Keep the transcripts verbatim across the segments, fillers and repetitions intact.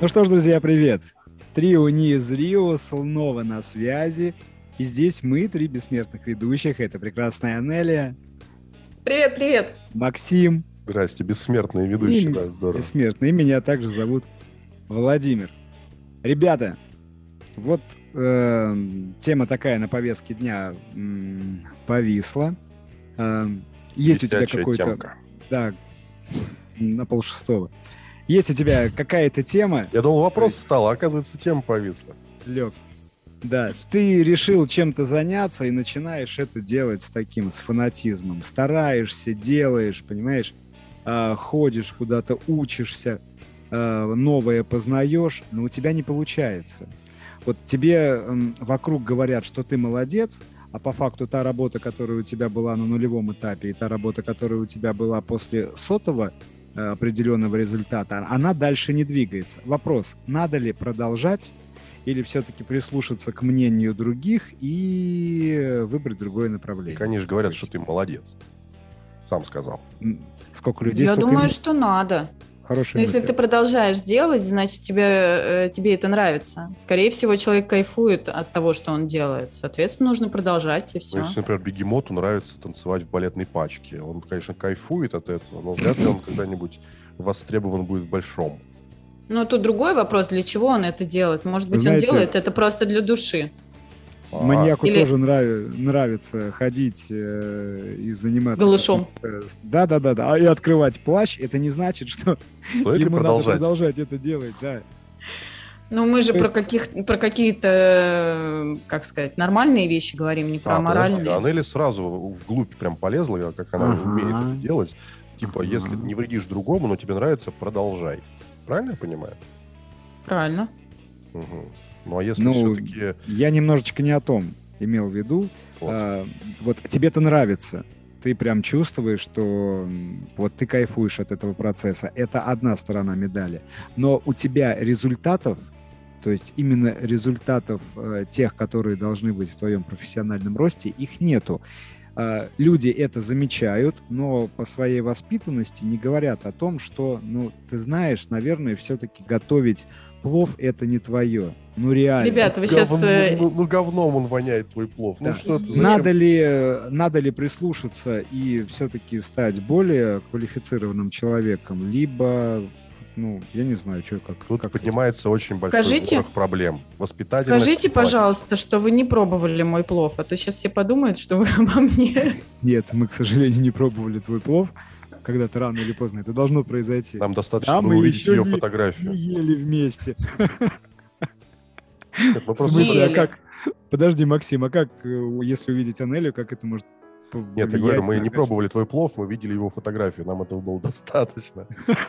Ну что ж, друзья, привет! Трио не из Рио снова на связи. И здесь мы, три бессмертных ведущих. Это прекрасная Анелия. Привет, привет! Максим. Здрасте, бессмертные ведущие, и, да, здорово. Бессмертные. И меня также зовут Владимир. Ребята, вот э, тема такая на повестке дня м, повисла. Э, есть Висячая у тебя какой-то... темка. Да, на полшестого. Есть у тебя какая-то тема... Я думал, вопрос встал, а оказывается, тема повисла. Лёг. Да, ты решил чем-то заняться и начинаешь это делать с таким, с фанатизмом. Стараешься, делаешь, понимаешь, а, ходишь куда-то, учишься, а, новое познаешь, но у тебя не получается. Вот тебе м, вокруг говорят, что ты молодец, а по факту та работа, которая у тебя была на нулевом этапе, и та работа, которая у тебя была после сотого а, определенного результата, она дальше не двигается. Вопрос, надо ли продолжать, или все-таки прислушаться к мнению других и выбрать другое направление? Так они же говорят, что ты молодец. Сам сказал. Сколько людей, Я столько думаю, им... что надо. Хорошая Но если мысль. ты продолжаешь делать, значит, тебе, тебе это нравится. Скорее всего, человек кайфует от того, что он делает. Соответственно, нужно продолжать, и все. Ну, если, например, бегемоту нравится танцевать в балетной пачке, он, конечно, кайфует от этого, но вряд ли он когда-нибудь востребован будет в большом. Ну, тут другой вопрос, для чего он это делает. Может быть, Знаете, он делает это просто для души. Маньяку Или... тоже нрав... нравится ходить э, и заниматься... голышом. Да-да-да, и открывать плащ. Это не значит, что Стоит ему продолжать? надо продолжать это делать, да. Ну, мы же То про, есть... каких... про какие-то, как сказать, нормальные вещи говорим, не про а, аморальные. Подожди, Анели сразу вглубь прям полезла, как она ага. умеет это делать. Типа, ага. если не вредишь другому, но тебе нравится, продолжай. Правильно я понимаю? Правильно. Угу. Ну, а если ну, все-таки... Я немножечко не о том имел в виду. Вот, а, вот тебе-то нравится. Ты прям чувствуешь, что вот ты кайфуешь от этого процесса. Это одна сторона медали. Но у тебя результатов, то есть именно результатов э, тех, которые должны быть в твоем профессиональном росте, их нету. Э, люди это замечают, но по своей воспитанности не говорят о том, что, ну, ты знаешь, наверное, все-таки готовить плов — это не твое. Ну, реально. Ребята, вы Говно, сейчас... Ну, ну, говном он воняет, твой плов. Да. Ну, что ты, зачем? Надо ли, надо ли прислушаться и все-таки стать более квалифицированным человеком, либо, ну, я не знаю, что, как... Тут как поднимается очень большой Скажите, ворох проблем. Воспитательных. Скажите, пожалуйста, что вы не пробовали мой плов, а то сейчас все подумают, что вы обо мне. Нет, мы, к сожалению, не пробовали твой плов. Когда-то рано или поздно это должно произойти. Нам достаточно а было мы увидеть еще ее не, фотографию. не ели вместе. Нет, В смысле, а как? Подожди, Максим, а как, если увидеть Анелию, как это может повлиять? Нет, я говорю, мы на не качество? пробовали твой плов, мы видели его фотографию, нам этого было достаточно.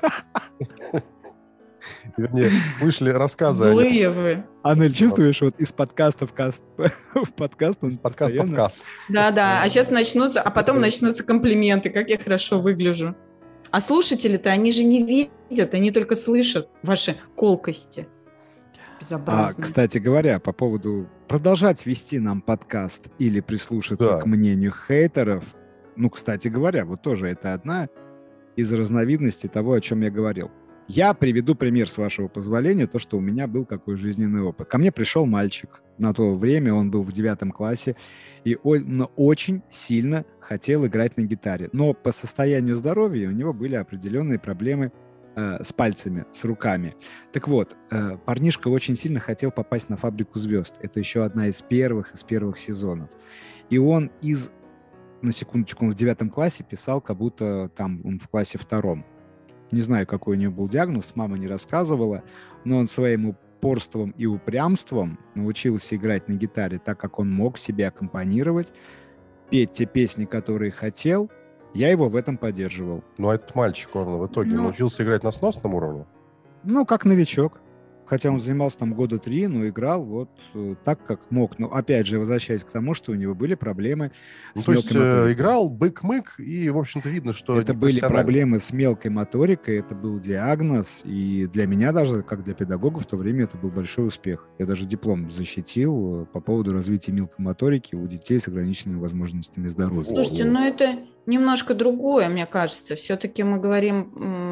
Вернее, слышали рассказы. Злые вы. Анель, чувствуешь, вот из подкаста в каст, в подкаст он Подкаст в постоянно... каст. Да-да, а сейчас начнутся, а потом начнутся комплименты, как я хорошо выгляжу. А слушатели-то, они же не видят, они только слышат ваши колкости. А, кстати говоря, по поводу продолжать вести нам подкаст или прислушаться Да. к мнению хейтеров, ну, кстати говоря, вот тоже это одна из разновидностей того, о чем я говорил. Я приведу пример, с вашего позволения, то, что у меня был какой жизненный опыт. Ко мне пришел мальчик. На то время он был в девятом классе, и он очень сильно хотел играть на гитаре. Но по состоянию здоровья у него были определенные проблемы э, с пальцами, с руками. Так вот, э, парнишка очень сильно хотел попасть на «Фабрику звезд». Это еще одна из первых, из первых сезонов. И он из, на секундочку, он в девятом классе писал, как будто там он в классе втором. Не знаю, какой у него был диагноз, мама не рассказывала, но он своим упорством и упрямством научился играть на гитаре так, как он мог себе аккомпанировать, петь те песни, которые хотел. Я его в этом поддерживал. Ну, а этот мальчик, он в итоге Ну. научился играть на сносном уровне? Ну, как новичок. Хотя он занимался там года три, но играл вот э, так, как мог. Но опять же, возвращаясь к тому, что у него были проблемы Ну, с то есть мелкой э, моторикой. играл бык-мык, и, в общем-то, видно, что... Это не были профессионально. проблемы с мелкой моторикой, это был диагноз, и для меня даже, как для педагога, в то время это был большой успех. Я даже диплом защитил по поводу развития мелкой моторики у детей с ограниченными возможностями здоровья. Слушайте, ну это немножко другое, мне кажется. Все-таки мы говорим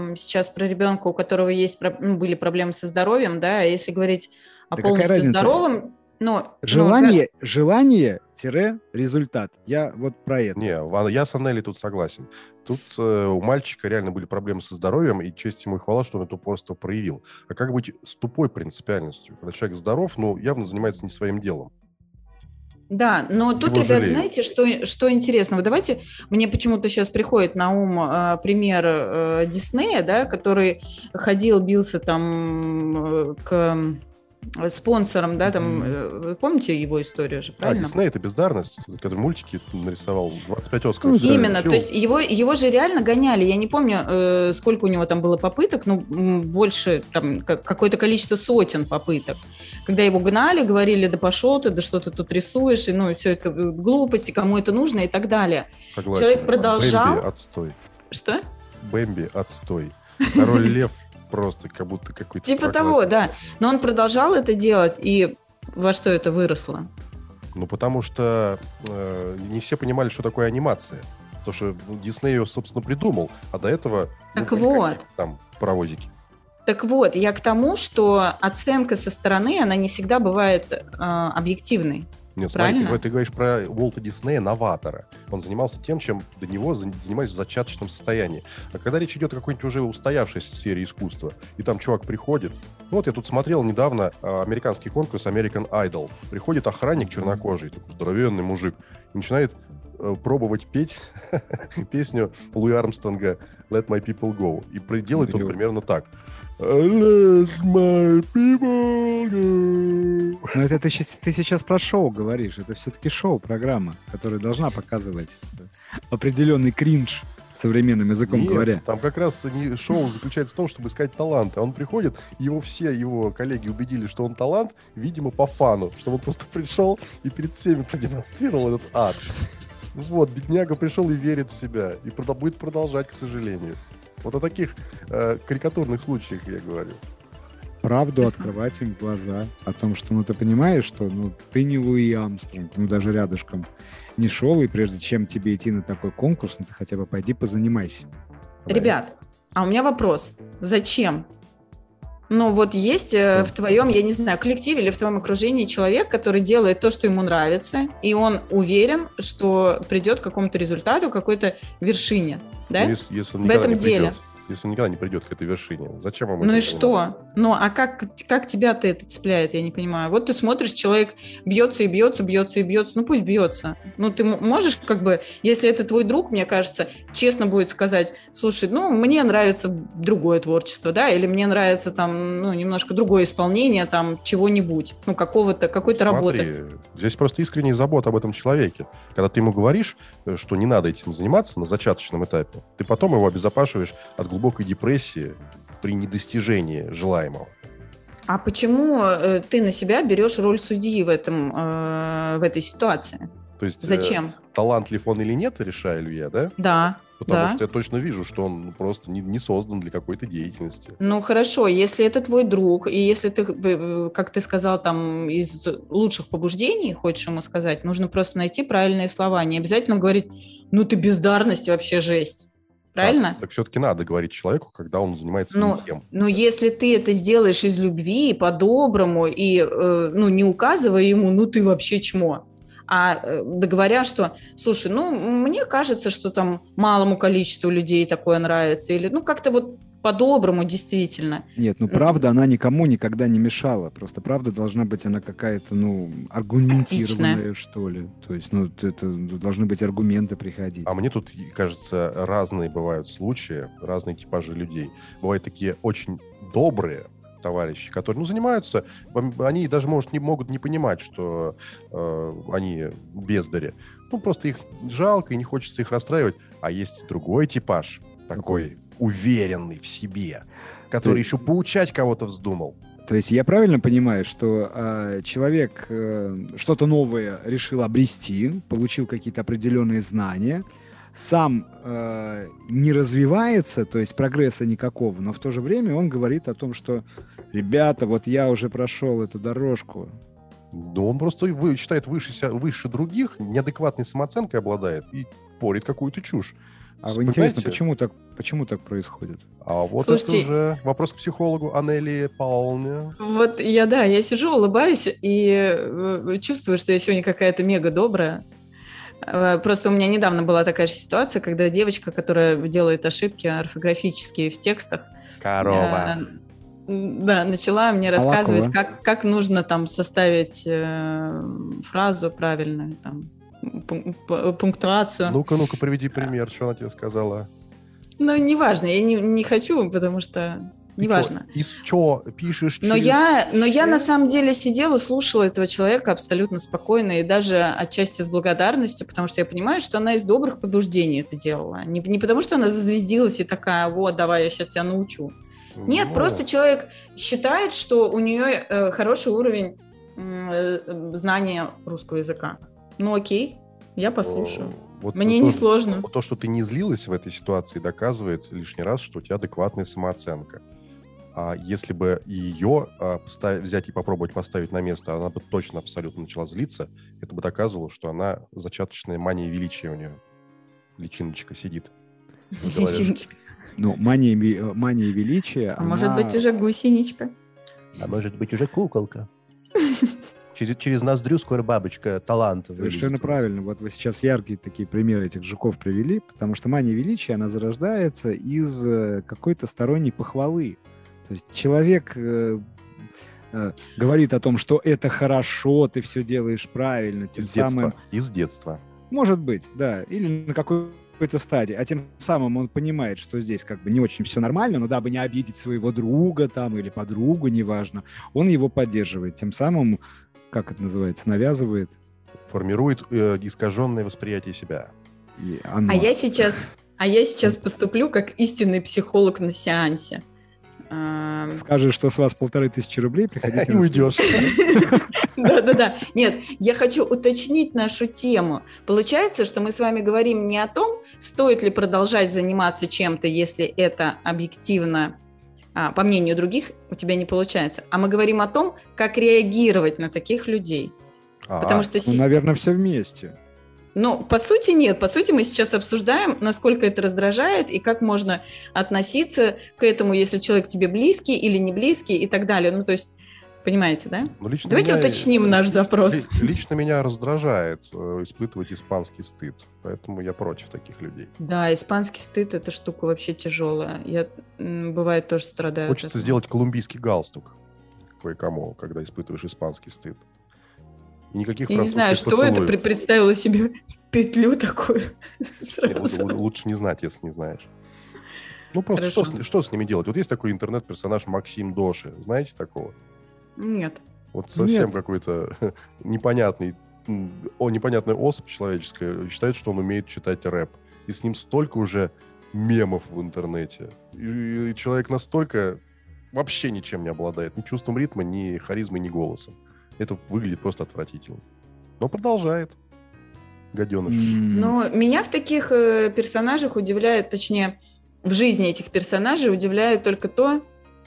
там сейчас про ребенка, у которого есть, ну, были проблемы со здоровьем, да, а если говорить о Да полностью здоровом, ну... Желание, ну, желание-результат. Я вот про это. Не, я с Аннелей тут согласен. Тут э, у мальчика реально были проблемы со здоровьем, и честь ему и хвала, что он это упорство проявил. А как быть с тупой принципиальностью? Когда человек здоров, но явно занимается не своим делом. Да, но тут, Его ребят, жалеют. знаете, что, что интересно? Вы давайте, мне почему-то сейчас приходит на ум э, пример э, Диснея, да, который ходил, бился там э, к спонсорам, да, там, mm-hmm. вы помните его историю же, правильно? А, Дисней — это бездарность, который мультики нарисовал, двадцать пять Оскаров. Ну, именно, то есть его, его же реально гоняли, я не помню, э, сколько у него там было попыток, ну, больше, там, какое-то количество сотен попыток, когда его гнали, говорили, да пошел ты, да что ты тут рисуешь, и, ну, все это глупости, кому это нужно и так далее. Согласен. Человек продолжал... Бэмби, отстой. Что? Бэмби, отстой. Король Лев просто как будто какой-то... Типа того, да. Но он продолжал это делать, и во что это выросло? Ну, потому что э, не все понимали, что такое анимация. Потому что Дисней ее, собственно, придумал, а до этого... Так ну, вот. Там паровозики. Так вот, я к тому, что оценка со стороны, она не всегда бывает э, объективной. Нет, правильно? Смотри, ты, ты говоришь про Уолта Диснея, новатора. Он занимался тем, чем до него занимались в зачаточном состоянии. А когда речь идет о какой-нибудь уже устоявшейся сфере искусства, и там чувак приходит... Ну, вот я тут смотрел недавно а, американский конкурс American Idol. Приходит охранник чернокожий, такой здоровенный мужик, и начинает э, пробовать петь песню Луи Армстронга «Let my people go». И делает он примерно так. Let my people go. Но это ты, ты сейчас про шоу говоришь. Это все-таки шоу-программа, которая должна показывать определенный кринж, современным языком Нет, говоря. Там как раз не, шоу заключается в том, чтобы искать таланты. Он приходит, его все его коллеги убедили, что он талант, видимо, по фану, чтобы он просто пришел и перед всеми продемонстрировал этот ад. Вот, бедняга пришел и верит в себя. И будет продолжать, к сожалению. Вот о таких э, карикатурных случаях я говорю. Правду открывать им глаза о том, что, ну, ты понимаешь, что, ну, ты не Луи Армстронг, ну, даже рядышком не шел, и прежде чем тебе идти на такой конкурс, ну, ты хотя бы пойди позанимайся. Ребят, а у меня вопрос. Зачем? Ну, вот есть что? В твоем, я не знаю, коллективе или в твоем окружении человек, который делает то, что ему нравится, и он уверен, что придет к какому-то результату, к какой-то вершине, да? Ну, если, если он в этом деле. Придет. Если он никогда не придет к этой вершине, зачем ему Ну это и что? Ну а как, как тебя-то это цепляет, я не понимаю. Вот ты смотришь, человек бьется и бьется, бьется и бьется, ну пусть бьется. Ну ты можешь как бы, если это твой друг, мне кажется, честно будет сказать, слушай, ну мне нравится другое творчество, да, или мне нравится там, ну немножко другое исполнение там чего-нибудь, ну какого-то, какой-то Смотри, работы. Здесь просто искренняя забота об этом человеке. Когда ты ему говоришь, что не надо этим заниматься на зачаточном этапе, ты потом его обезопашиваешь от глубокой депрессии при недостижении желаемого. А почему э, ты на себя берешь роль судьи в, этом, э, в этой ситуации? То есть, зачем? Э, талантлив он или нет, решаю я, да? Да. Потому да. что я точно вижу, что он просто не, не создан для какой-то деятельности. Ну, хорошо, если это твой друг, и если ты, как ты сказал, там, из лучших побуждений, хочешь ему сказать, нужно просто найти правильные слова. Не обязательно говорить, ну, ты бездарность, вообще жесть. Правильно? Так, так все-таки надо говорить человеку, когда он занимается ну, не тем. Ну, если ты это сделаешь из любви, по-доброму, и, э, ну, не указывая ему, ну, ты вообще чмо. А договоря, что, слушай, ну, мне кажется, что там малому количеству людей такое нравится, или, ну, как-то вот по-доброму действительно. Нет, ну, правда, она никому никогда не мешала, просто правда должна быть она какая-то, ну, аргументированная, Отличная. Что ли, то есть, ну, это должны быть аргументы приходить. А мне тут, кажется, разные бывают случаи, разные типажи людей. Бывают такие очень добрые товарищи, которые, ну, занимаются, они даже, может, не могут не понимать, что э, они бездари. Ну, просто их жалко и не хочется их расстраивать. А есть другой типаж, такой уверенный в себе, который Ты... еще поучать кого-то вздумал. То есть я правильно понимаю, что э, человек э, что-то новое решил обрести, получил какие-то определенные знания, сам э, не развивается, то есть прогресса никакого, но в то же время он говорит о том, что ребята, вот я уже прошел эту дорожку. Да он просто вы, считает выше, себя, выше других, неадекватной самооценкой обладает и порит какую-то чушь. А вы интересно, почему так, почему так происходит? А вот Слушайте, это уже вопрос к психологу Анелии Павловне. Вот я, да, я сижу, улыбаюсь и чувствую, что я сегодня какая-то мега добрая. Просто у меня недавно была такая же ситуация, когда девочка, которая делает ошибки орфографические в текстах, Корова. Да, начала мне рассказывать, как, как нужно там составить э, фразу правильную, там, пунктуацию. Ну-ка, ну-ка, приведи пример, что она тебе сказала. Ну, неважно, я не, не хочу, потому что неважно. Из чего пишешь? Но я, но я на самом деле сидела, слушала этого человека абсолютно спокойно и даже отчасти с благодарностью, потому что я понимаю, что она из добрых побуждений это делала. Не, не потому, что она зазвездилась и такая, вот, давай, я сейчас тебя научу. Нет, ну, просто человек считает, что у нее э, хороший уровень э, знания русского языка. Ну окей, я послушаю. Вот Мне то, не сложно. То, что ты не злилась в этой ситуации, доказывает лишний раз, что у тебя адекватная самооценка. А если бы ее а, поставить, взять и попробовать поставить на место, она бы точно абсолютно начала злиться, это бы доказывало, что она зачаточная мания величия у нее. Личиночка сидит. Личиночка. Ну, мания, мания величия... А она... может быть, уже гусеничка. А может быть, уже куколка. Через, через ноздрю скоро бабочка таланта вылезет. Совершенно правильно. Вот вы сейчас яркие такие примеры этих жуков привели, потому что мания величия, она зарождается из какой-то сторонней похвалы. То есть человек э, э, говорит о том, что это хорошо, ты все делаешь правильно. Тем из детства. самым... Из детства. Может быть, да. Или на какой какой-то стадии, а тем самым он понимает, что здесь как бы не очень все нормально, но дабы не обидеть своего друга там или подругу, неважно, он его поддерживает, тем самым, как это называется, навязывает. Формирует э, искаженное восприятие себя. И оно... А я сейчас, а я сейчас поступлю как истинный психолог на сеансе. Скажешь, что с вас полторы тысячи рублей, приходите. И уйдешь. Да-да-да. Нет, я хочу уточнить нашу тему. Получается, что мы с вами говорим не о том, стоит ли продолжать заниматься чем-то, если это объективно, а, по мнению других, у тебя не получается, а мы говорим о том, как реагировать на таких людей. А-а. Потому что... Ну, наверное, все вместе. Ну, по сути, нет. По сути, мы сейчас обсуждаем, насколько это раздражает и как можно относиться к этому, если человек тебе близкий или не близкий и так далее. Ну, то есть, понимаете, да? Ну, лично Давайте меня, уточним наш запрос. Лично меня раздражает э, испытывать испанский стыд, поэтому я против таких людей. Да, испанский стыд – это штука вообще тяжелая. Я, бывает, тоже страдаю. Хочется сделать колумбийский галстук кое-кому, когда испытываешь испанский стыд. И никаких Я не знаю, что поцелуев. это, представила себе петлю такую сразу. Нет, лучше не знать, если не знаешь. Ну, просто что с, что с ними делать? Вот есть такой интернет-персонаж Максим Доши. Знаете такого? Нет. Вот совсем Нет. какой-то непонятный, о, непонятная особь человеческая считает, что он умеет читать рэп. И с ним столько уже мемов в интернете. И, и человек настолько вообще ничем не обладает. Ни чувством ритма, ни харизмой, ни голосом. Это выглядит просто отвратительно. Но продолжает. Гаденыш. Но меня в таких э, персонажах удивляет, точнее, в жизни этих персонажей удивляет только то,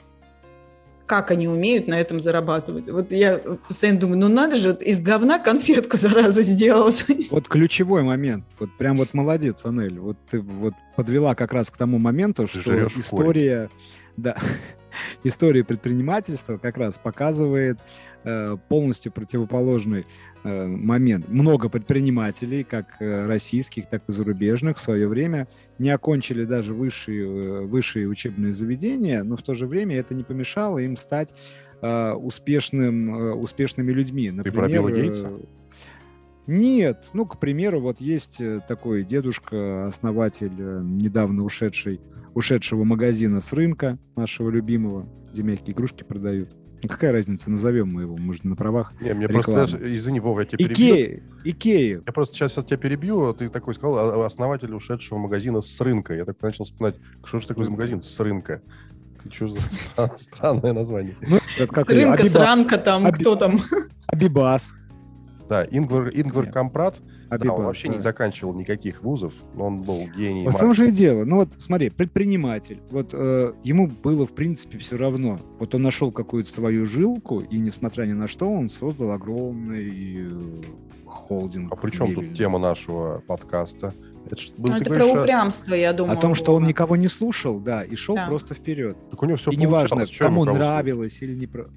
как они умеют на этом зарабатывать. Вот я постоянно думаю, ну надо же, из говна конфетку, зараза, сделать. Вот ключевой момент. Вот прям вот молодец, Анель. Вот ты вот подвела как раз к тому моменту, что Жрёшь история... Да, история предпринимательства как раз показывает э, полностью противоположный э, момент. Много предпринимателей, как э, российских, так и зарубежных, в свое время не окончили даже высшие, э, высшие учебные заведения, но в то же время это не помешало им стать э, успешным, э, успешными людьми. Например, Ты про Билла Гейтса? Э, нет. Ну, к примеру, вот есть такой дедушка, основатель э, недавно ушедший ушедшего магазина с рынка, нашего любимого, где мягкие игрушки продают. Ну, какая разница, назовем мы его, может, на правах Не, мне рекламы. просто, извини, Вова, я тебя перебью. Икея, Икея. Я просто сейчас тебя перебью, а ты такой сказал, основатель ушедшего магазина с рынка. Я так начал вспоминать, что же такое за магазин с рынка? Что за стран, странное название? Ну, это как С рынка, Абиба... сранка там, Аби... кто там? Абибас. Да, Ингвар, Ингвар Кампрат, Абибас, да, он вообще да. не заканчивал никаких вузов, но он был гений. Вот в том же и дело. Ну вот смотри, предприниматель, вот э, ему было в принципе все равно. Вот он нашел какую-то свою жилку, и несмотря ни на что, он создал огромный э, холдинг. А при чем в тут мире. тема нашего подкаста? Это, ж- был- Ну, ты это говоришь про о- упрямство, я думаю. О том, что он Вова. никого не слушал, да, и шел Да. просто вперед. Так у него все И неважно, получалось. Чё ему кому кого нравилось или не... про-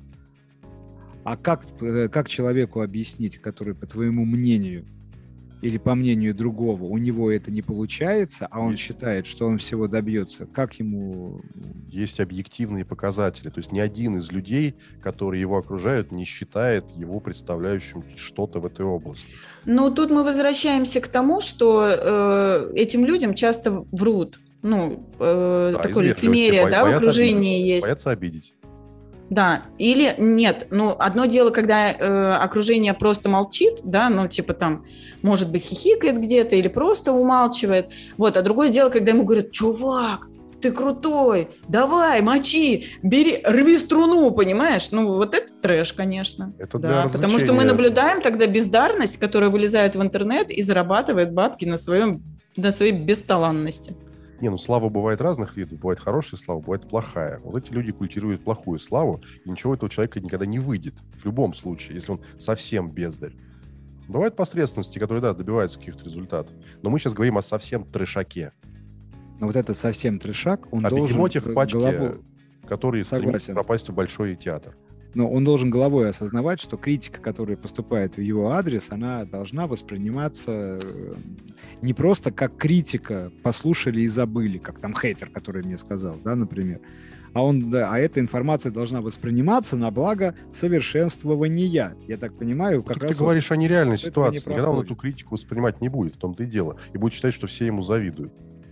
А как, э, как человеку объяснить, который, по твоему мнению, или по мнению другого, у него это не получается, а он Есть. считает, что он всего добьется, как ему... слушать? Есть объективные показатели. То есть ни один из людей, которые его окружают, не считает его представляющим что-то в этой области. Ну, тут мы возвращаемся к тому, что э, этим людям часто врут. Ну, э, Да, такое из вежливости, лицемерие, бо- да, в боятся окружении обидеть. есть. Боятся обидеть. Да, или нет. Ну, одно дело, когда э, окружение просто молчит, да, ну, типа там, может быть, хихикает где-то или просто умалчивает. Вот, а другое дело, когда ему говорят: чувак, ты крутой, давай, мочи, бери, рви струну, понимаешь? Ну, вот это трэш, конечно. Это для Да, потому что мы развлечения. наблюдаем тогда бездарность, которая вылезает в интернет и зарабатывает бабки на, своем, на своей бесталанности. Не, ну слава бывает разных видов. Бывает хорошая слава, бывает плохая. Вот эти люди культивируют плохую славу, и ничего этого человека никогда не выйдет. В любом случае, если он совсем бездарь. Бывают посредственности, которые, да, добиваются каких-то результатов. Но мы сейчас говорим о совсем трешаке. Но вот этот совсем трешак, он О должен... бегемоте в пачке, голову- который стремится Согласен. попасть в большой театр. Но он должен головой осознавать, что критика, которая поступает в его адрес, она должна восприниматься э, не просто как критика, послушали и забыли, как там хейтер, который мне сказал, да, например. А, он, да, а эта информация должна восприниматься на благо совершенствования. Я так понимаю, как Так раз... ты говоришь о нереальной этого ситуации. не Никогда он проходит. эту критику воспринимать не будет, в том-то и дело. И будет считать, что все ему завидуют.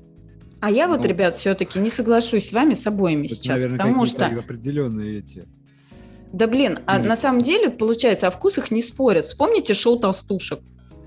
А я вот, Ну, ребят, все-таки не соглашусь с вами, с обоими это, сейчас, наверное, потому какие-то что... определенные эти... Да блин, а Или- на самом деле, получается, о вкусах не спорят. Вспомните шоу толстушек.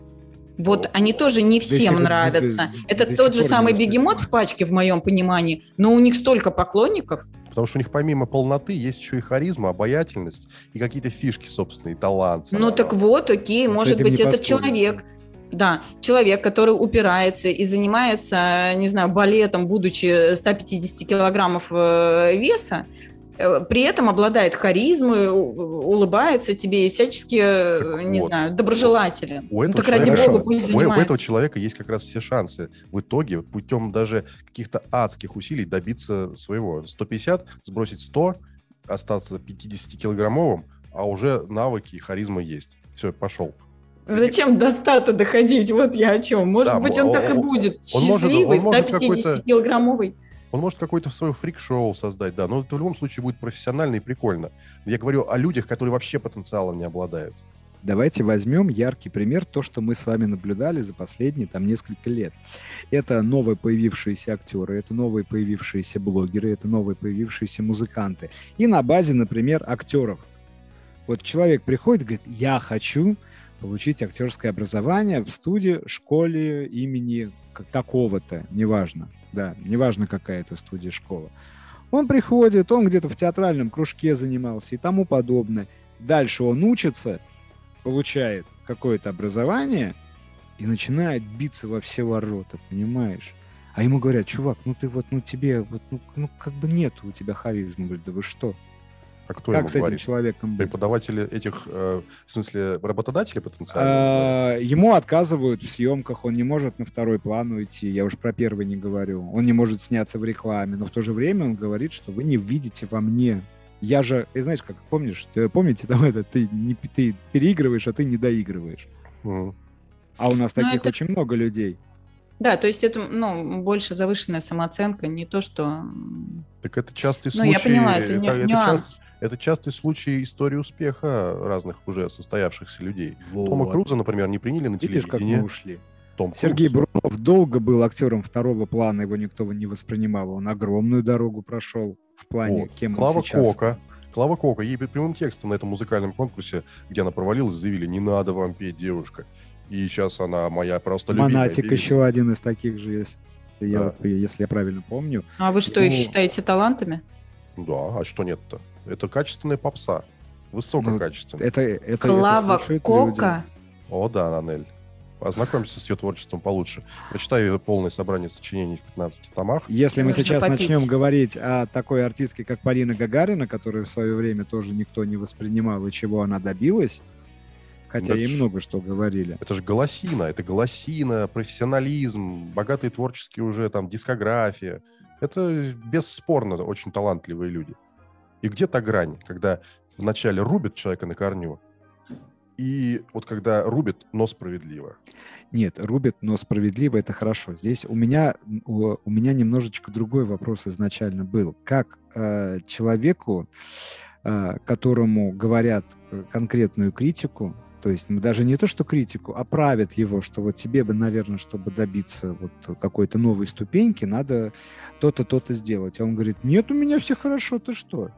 Вот Ну, они тоже не до сих всем пор- нравятся. до- Это до тот сих же пор самый не бегемот воспринимаю. в пачке, в моем понимании, но у них столько поклонников. Потому что у них помимо полноты есть еще и харизма, обаятельность и какие-то фишки собственные, талант. Ну так вот, окей, С может этим быть, не этот поспоришь, человек, да, человек, который упирается и занимается, не знаю, балетом, будучи ста пятидесяти килограммов э, веса, э, при этом обладает харизмой, у- улыбается тебе и всячески, э, Так не вот. знаю, доброжелателен. У Ну этого так ради человека- бога, пусть у, у занимается. этого человека есть как раз все шансы в итоге путем даже каких-то адских усилий добиться своего. сто пятьдесят, сбросить сто, остаться пятидесятикилограммовым, а уже навыки и харизма есть. Все, пошел. Зачем до ста-то доходить? Вот я о чем. Может Да, быть, он- он так и он- будет. он может- он Счастливый, может какой-то- ста пятидесятикилограммовый. Он может какое-то свое фрик-шоу создать, да, но это в любом случае будет профессионально и прикольно. Я говорю о людях, которые вообще потенциалом не обладают. Давайте возьмем яркий пример, то, что мы с вами наблюдали за последние там несколько лет. Это новые появившиеся актеры, это новые появившиеся блогеры, это новые появившиеся музыканты. И на базе, например, актеров. Вот человек приходит и говорит: я хочу получить актерское образование в студии, школе имени как- такого-то, неважно. Да, неважно, какая это студия, школа. Он приходит, он где-то в театральном кружке занимался и тому подобное. Дальше он учится, получает какое-то образование и начинает биться во все ворота, понимаешь? А ему говорят: чувак, ну ты вот, ну тебе, вот, ну, ну как бы нету у тебя харизмы. Говорит: да вы что? А кто Как ему с этим говорит? человеком быть? Преподаватели этих, э, в смысле, работодатели потенциально? А, ему отказывают в съемках, он не может на второй план уйти, я уж про первый не говорю. Он не может сняться в рекламе, но в то же время он говорит, что вы не видите во мне. Я же, ты знаешь, как помнишь, ты, помните, там это, ты, не, ты переигрываешь, а ты не доигрываешь. Мгм. А у нас Ну, таких это- очень много людей. Да, то есть это, ну, больше завышенная самооценка, не то, что... м, Так это частый Ну, случай. я поняла, это, ню- это, нюанс. част- это частый случай истории успеха разных уже состоявшихся людей. Тома Вот. Круза, например, не приняли на Видишь, как телевидение. мы ушли. Том Круз. Сергей Бурунов долго был актером второго плана, его никто не воспринимал. Он огромную дорогу прошел в плане, Вот. кем Клава он сейчас. Кока. Клава Кока. Ей прямым текстом на этом музыкальном конкурсе, где она провалилась, заявили: не надо вам петь, девушка. И сейчас она моя просто любимая Монатик певица. еще один из таких же, если, я, Да. если я правильно помню. А вы что, их Ну, считаете талантами? Да, а что нет-то? Это качественная попса. Ну, Высококачественная. Это, это, это Клава слушают Кока? О, да, Нанель. Ознакомься с ее творчеством получше. Прочитай ее полное собрание сочинений в пятнадцати томах. люди. Если мы Нужно сейчас попить. начнем говорить о такой артистке, как Полина Гагарина, которую в свое время тоже никто не воспринимал и чего она добилась, Хотя Это и ж- много что говорили. Это же голосина, это голосина, профессионализм, богатые творческие уже там дискография. Это бесспорно очень талантливые люди. И где та грань, когда вначале рубят человека на корню, и вот когда рубят, но справедливо. Нет, рубят, но справедливо, это хорошо. Здесь у меня, у, у меня немножечко другой вопрос изначально был. Как э, человеку, э, которому говорят э, конкретную критику, то есть ну, даже не то, что критику, а правят его, что вот тебе бы, наверное, чтобы добиться вот какой-то новой ступеньки, надо то-то, то-то сделать. А он говорит, нет, у меня все хорошо, ты что?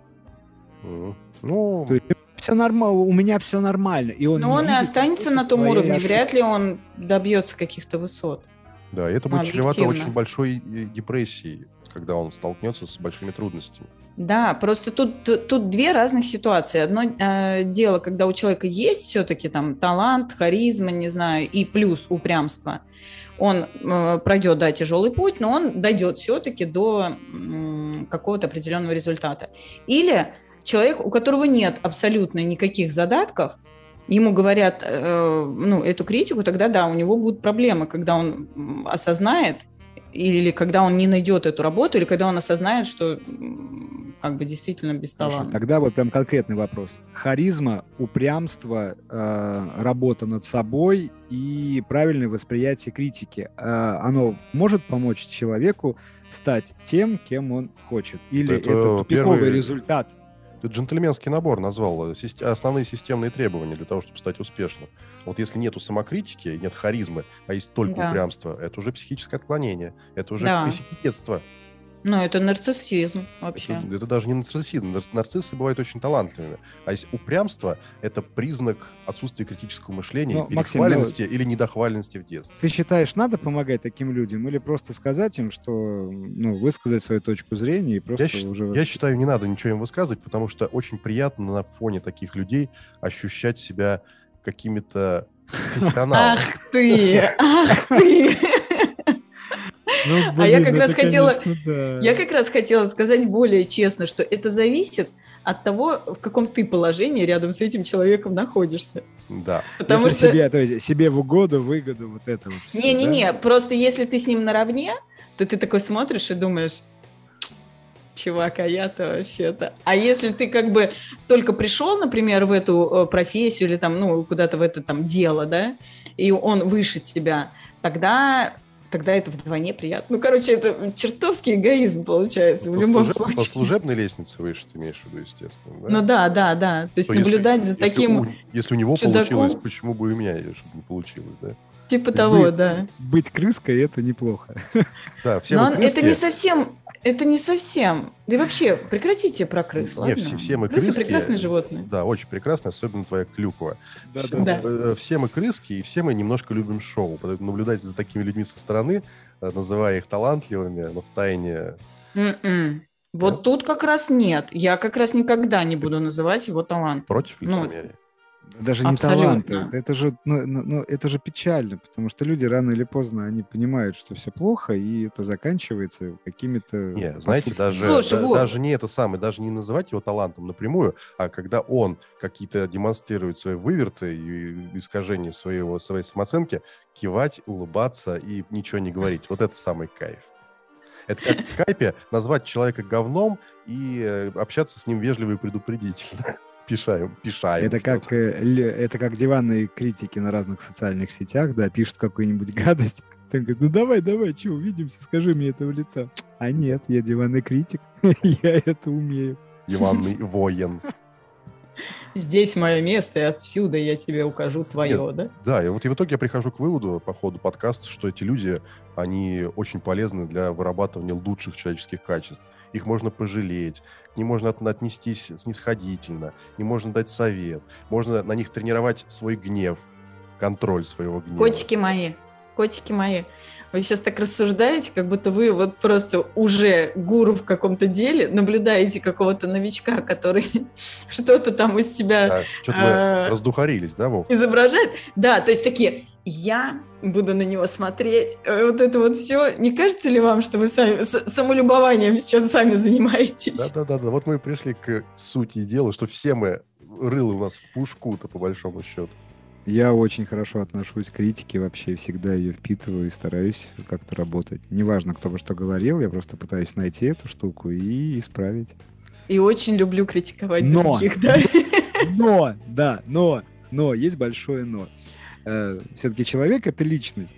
Мгм. Ну, То есть все нормально, у меня все нормально. И он Но не он и видит, останется не на хочет том своей уровне, ошибки. вряд ли он добьется каких-то высот. да, и это Ну, будет чревато объективно. очень большой э, депрессией, когда он столкнется с большими трудностями. Да, просто тут, тут, тут две разных ситуации. Одно э, дело, когда у человека есть все-таки там талант, харизма, не знаю, и плюс упрямство. Он э, пройдет, да, тяжелый путь, но он дойдет все-таки до м, какого-то определенного результата. Или человек, у которого нет абсолютно никаких задатков, ему говорят э, ну, эту критику, тогда да, у него будут проблемы, когда он м, осознает, или когда он не найдет эту работу, или когда он осознает, что м, как бы действительно без Хорошо, таланта. тогда вот прям конкретный вопрос. Харизма, упрямство, э, работа над собой и правильное восприятие критики. Э, оно может помочь человеку стать тем, кем он хочет? Или Это это, тупиковый первый- результат? Ты джентльменский набор назвал, сист- основные системные требования для того, чтобы стать успешным. Вот если нету самокритики, нет харизмы, а есть только Да. упрямство, это уже психическое отклонение, это уже Да. косяки детства. Ну, это нарциссизм вообще. Это, это даже не нарциссизм. Нар- Нарциссы бывают очень талантливыми. А если упрямство – это признак отсутствия критического мышления, Ну, Максим, перехваленности или недохваленности в детстве. Ты считаешь, надо помогать таким людям или просто сказать им, что, ну, высказать свою точку зрения и просто Я, щ- уже... я считаю, не надо ничего им высказывать, потому что очень приятно на фоне таких людей ощущать себя какими-то профессионалами. Ах ты, ах ты. Ну, А я блин, как это, раз хотела- конечно, да. Я как раз хотела сказать более честно, что это зависит от того, в каком ты положении рядом с этим человеком находишься. Да. Потому Если что... себе, то есть, себе в угоду, выгоду, вот это вот всё, Не-не-не, да? просто если ты с ним наравне, то ты такой смотришь и думаешь, чувак, а я-то вообще-то... А если ты как бы только пришел, например, в эту э, профессию или там, ну, куда-то в это там дело, да, и он выше тебя, тогда... Тогда это вдвойне приятно. Ну, короче, это чертовский эгоизм получается в По любом служеб- случае. По служебной лестнице выше ты имеешь в виду, естественно. Да? Ну да, да, да. То есть То если- наблюдать за если таким, у, если у него чудаком- получилось, почему бы и у меня чтобы не получилось, да? типа То есть того, быть- да. Быть крыской — это неплохо. Да, все Но мы он- крыски. это не совсем, это не совсем. Да и вообще, прекратите про крыс, Не, ладно? все, все мы Крысы крыски. прекрасные животные. Да, очень прекрасные, особенно твоя клюква. Да, все, да, да. э, все мы крыски, и все мы немножко любим шоу. Поэтому наблюдать за такими людьми со стороны, э, называя их талантливыми, но втайне... М-м. Вот Нет? тут как раз нет. Я как раз никогда не буду называть его талантом. Против Ну, лицемерия. Даже не Абсолютно. таланты. Это же, ну, ну, ну, это же печально, потому что люди рано или поздно, они понимают, что все плохо, и это заканчивается какими-то... Не, знаете, поступками. даже, Слушай, да- вот. даже не это самое, даже не называть его талантом напрямую, а когда он какие-то демонстрирует свои выверты и искажения своего, своей самооценки, кивать, улыбаться и ничего не говорить. Вот это самый кайф. Это как в скайпе назвать человека говном и э, общаться с ним вежливо и предупредительно. Пишаем, пишаем. Это как, э, ле- это как диванные критики на разных социальных сетях, да, пишут какую-нибудь гадость. Там говорят, ну давай, давай, что, увидимся, скажи мне это в лицо. А нет, я диванный критик, я это умею. Диванный воин. Здесь мое место, и отсюда я тебе укажу твое, Нет. да? Да, и вот и в итоге я прихожу к выводу по ходу подкаста, что эти люди, они очень полезны для вырабатывания лучших человеческих качеств. Их можно пожалеть, к ним можно от- отнестись снисходительно, им можно дать совет, можно на них тренировать свой гнев, контроль своего гнева. Котики мои, котики мои, вы сейчас так рассуждаете, как будто вы вот просто уже гуру в каком-то деле, наблюдаете какого-то новичка, который что-то там из себя Да, что-то А. вы раздухарились, да, Вов? изображает. Да, то есть такие, я буду на него смотреть, э, вот это вот все. Не кажется ли вам, что вы сами с- самолюбованием сейчас сами занимаетесь? Да-да-да, вот мы и пришли к сути дела, что все мы рылы у нас в пушку-то, по большому счету. Я очень хорошо отношусь к критике вообще, всегда ее впитываю и стараюсь как-то работать. Неважно, кто бы что говорил, я просто пытаюсь найти эту штуку и исправить. И очень люблю критиковать Но, других, да? Но, да, но, но, есть большое но. Э, все-таки человек — это личность.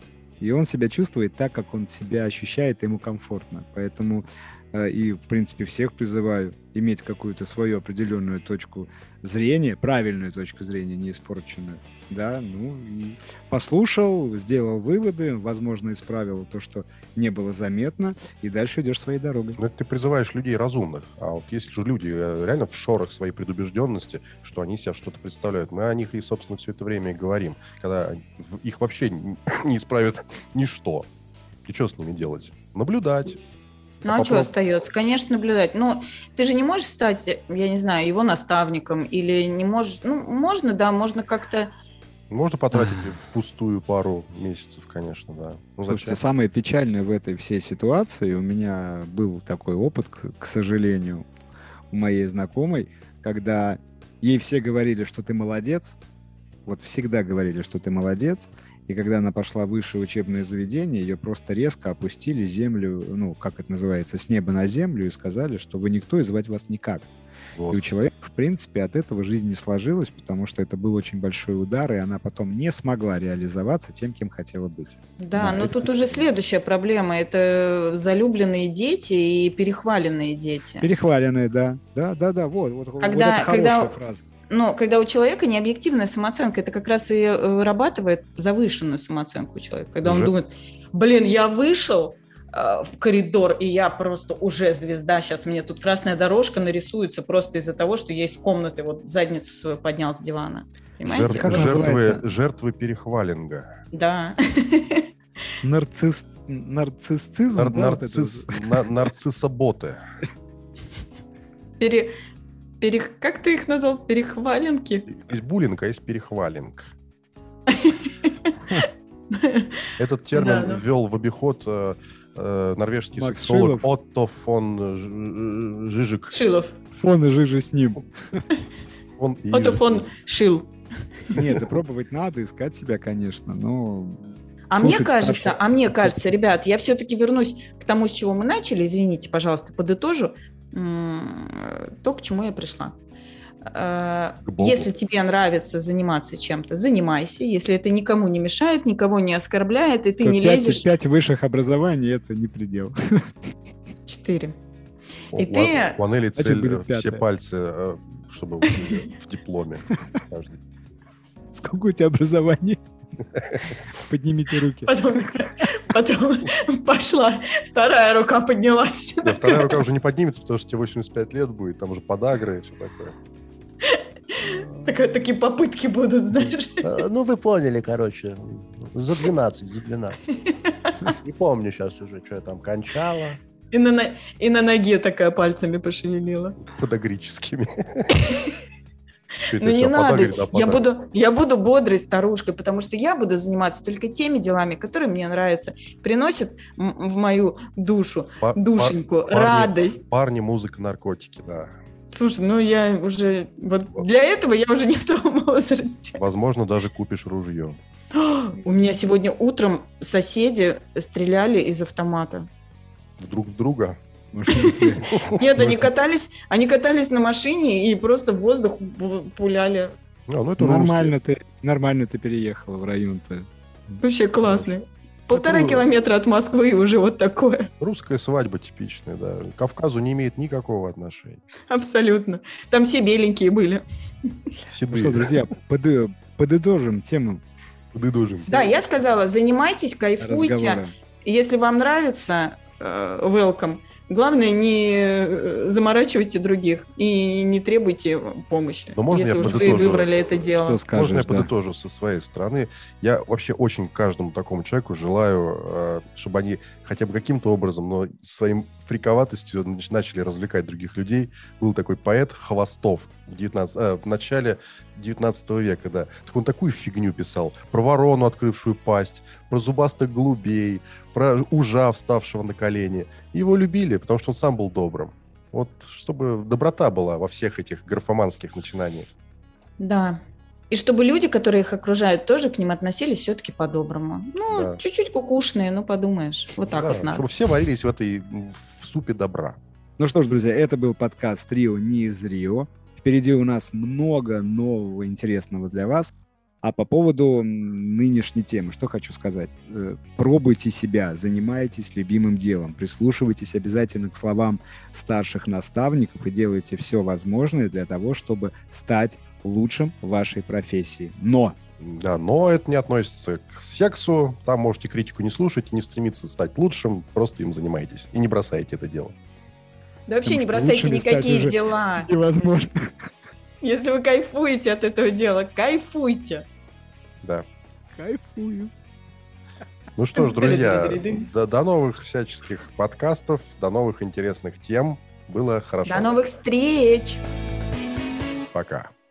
И он себя чувствует так, как он себя ощущает, и ему комфортно. Поэтому э, и, в принципе, всех призываю иметь какую-то свою определенную точку зрения, правильную точку зрения, не испорченную. Да, ну и послушал, сделал выводы, возможно, исправил то, что не было заметно, и дальше идешь своей дорогой. Ну, это ты призываешь людей разумных. А вот есть же люди э, реально в шорах своей предубежденности, что они себя что-то представляют. Мы о них и, собственно, все это время и говорим. Когда в- их вообще н- не исправит ничто. И что с ними делать? Наблюдать. Ну, а что остается? Конечно, наблюдать. Но ты же не можешь стать, я не знаю, его наставником или не можешь... Ну, можно, да, можно как-то... Можно потратить впустую пару месяцев, конечно, да. Ну, Слушайте, зачем? самое печальное в этой всей ситуации, у меня был такой опыт, к, к сожалению, у моей знакомой, когда ей все говорили, что ты молодец, вот всегда говорили, что ты молодец, и когда она пошла в высшее учебное заведение, ее просто резко опустили землю, ну, как это называется, с неба на землю, и сказали, что вы никто, и звать вас никак. Вот. И у человека, в принципе, от этого жизнь не сложилась, потому что это был очень большой удар, и она потом не смогла реализоваться тем, кем хотела быть. Да, Да, но это тут уже следующая проблема. Это залюбленные дети и перехваленные дети. Перехваленные, да. Да, да, да, вот, вот, Когда- вот это хорошая когда- фраза. Но когда у человека необъективная самооценка, это как раз и э, вырабатывает завышенную самооценку у человека. Когда он Уже- думает, блин, я вышел э, в коридор, и я просто уже звезда, сейчас мне тут красная дорожка нарисуется просто из-за того, что я из комнаты вот задницу свою поднял с дивана. Понимаете? Жертв- Как Вот- называется? жертвы, жертвы перехвалинга. Да. Нарцисс... Нарциссизм, Нар- да, вот это нарцисс- вот. на- нарциссоботы. Пере... пере- Как ты их назвал? Перехваленки? Есть буллинг, а есть перехвалинг. Этот термин Да, да. ввел в обиход э, э, норвежский Макс сексолог Шилов. Отто фон Ж- Жижик. Шилов. Фон и жижи с ним. Он и- Ото фон Шил. Нет, да пробовать надо, искать себя, конечно, но... А мне слушать кажется, старших- а мне кажется, ребят, я все-таки вернусь к тому, с чего мы начали. Извините, пожалуйста, подытожу м, то, к чему я пришла. Э, К Богу. Если тебе нравится заниматься чем-то, занимайся. Если это никому не мешает, никого не оскорбляет, и ты то не пять, лезешь... пять высших образований — это не предел. Четыре. У- И у- ты- У Анели Значит, цель будет э, все пятое. пальцы, э, чтобы были в дипломе. каждый. Сколько у тебя образований? Поднимите руки. Потом, потом пошла, вторая рука поднялась. Да, вторая рука уже не поднимется, потому что тебе восемьдесят пять лет будет, там уже подагра и все такое. Такая- Такие попытки будут, знаешь. Э, Ну, вы поняли, короче. За двенадцать, за двенадцать. Не помню сейчас уже, что я там кончала. И на, на- и на ноге такая пальцами пошевелила. Подагрическими. Что это Ну не всё, надо, подагрит, а я подагрит? буду, я буду бодрой старушкой, потому что я буду заниматься только теми делами, которые мне нравятся, приносят м- в мою душу, Па- душеньку, пар- парни- радость. Парни, музыка, наркотики, да. Слушай, ну я уже, вот для этого я уже не в том возрасте. Возможно, даже купишь ружье. У меня сегодня утром соседи стреляли из автомата. Друг в друга. Может быть, Нет, они катались, они катались на машине и просто в воздух пу- пуляли. А, ну это нормально ты, нормально ты переехала в район-то. Вообще классный. Полтора Это- километра от Москвы и уже вот такое. русские. Русская свадьба типичная, да. К Кавказу не имеет никакого отношения. Абсолютно. Там все беленькие были. Ну Седые. что, друзья, поды- подытожим тему Дыдожим. Да, я сказала, занимайтесь, кайфуйте. разговора. Если вам нравится, э, welcome. Главное, не э, заморачивайте других и не требуйте помощи, Но можно если я уже вы подытожу? выбрали это дело. Что скажешь, Можно я да? подытожу со своей стороны? Я вообще очень каждому такому человеку желаю, э, чтобы они хотя бы каким-то образом, но своим фриковатостью нач- начали развлекать других людей. Был такой поэт Хвостов в, девятнадцатом, э, в начале девятнадцатого века, да. Так он такую фигню писал. Про ворону, открывшую пасть, про зубастых голубей, про ужа, вставшего на колени. Его любили, потому что он сам был добрым. Вот чтобы доброта была во всех этих графоманских начинаниях. Да. И чтобы люди, которые их окружают, тоже к ним относились все-таки по-доброму. Ну, Да. чуть-чуть кукушные, ну, подумаешь. Вот так Да, вот надо. чтобы все варились в этой в супе добра. Ну что ж, друзья, это был подкаст «Трио не из Рио». Впереди у нас много нового интересного для вас. А по поводу м, нынешней темы, что хочу сказать. Э, Пробуйте себя, занимайтесь любимым делом, прислушивайтесь обязательно к словам старших наставников и делайте все возможное для того, чтобы стать лучшим в вашей профессии. Но Да, но это не относится к сексу. Там можете критику не слушать и не стремиться стать лучшим. Просто им занимайтесь. И не бросайте это дело. Да вообще потому не что бросайте лучшими стать никакие уже дела. невозможно. Если вы кайфуете от этого дела, кайфуйте. Да. Кайфую. Ну что ж, друзья, до, до новых всяческих подкастов, до новых интересных тем. Было хорошо. До новых встреч! Пока.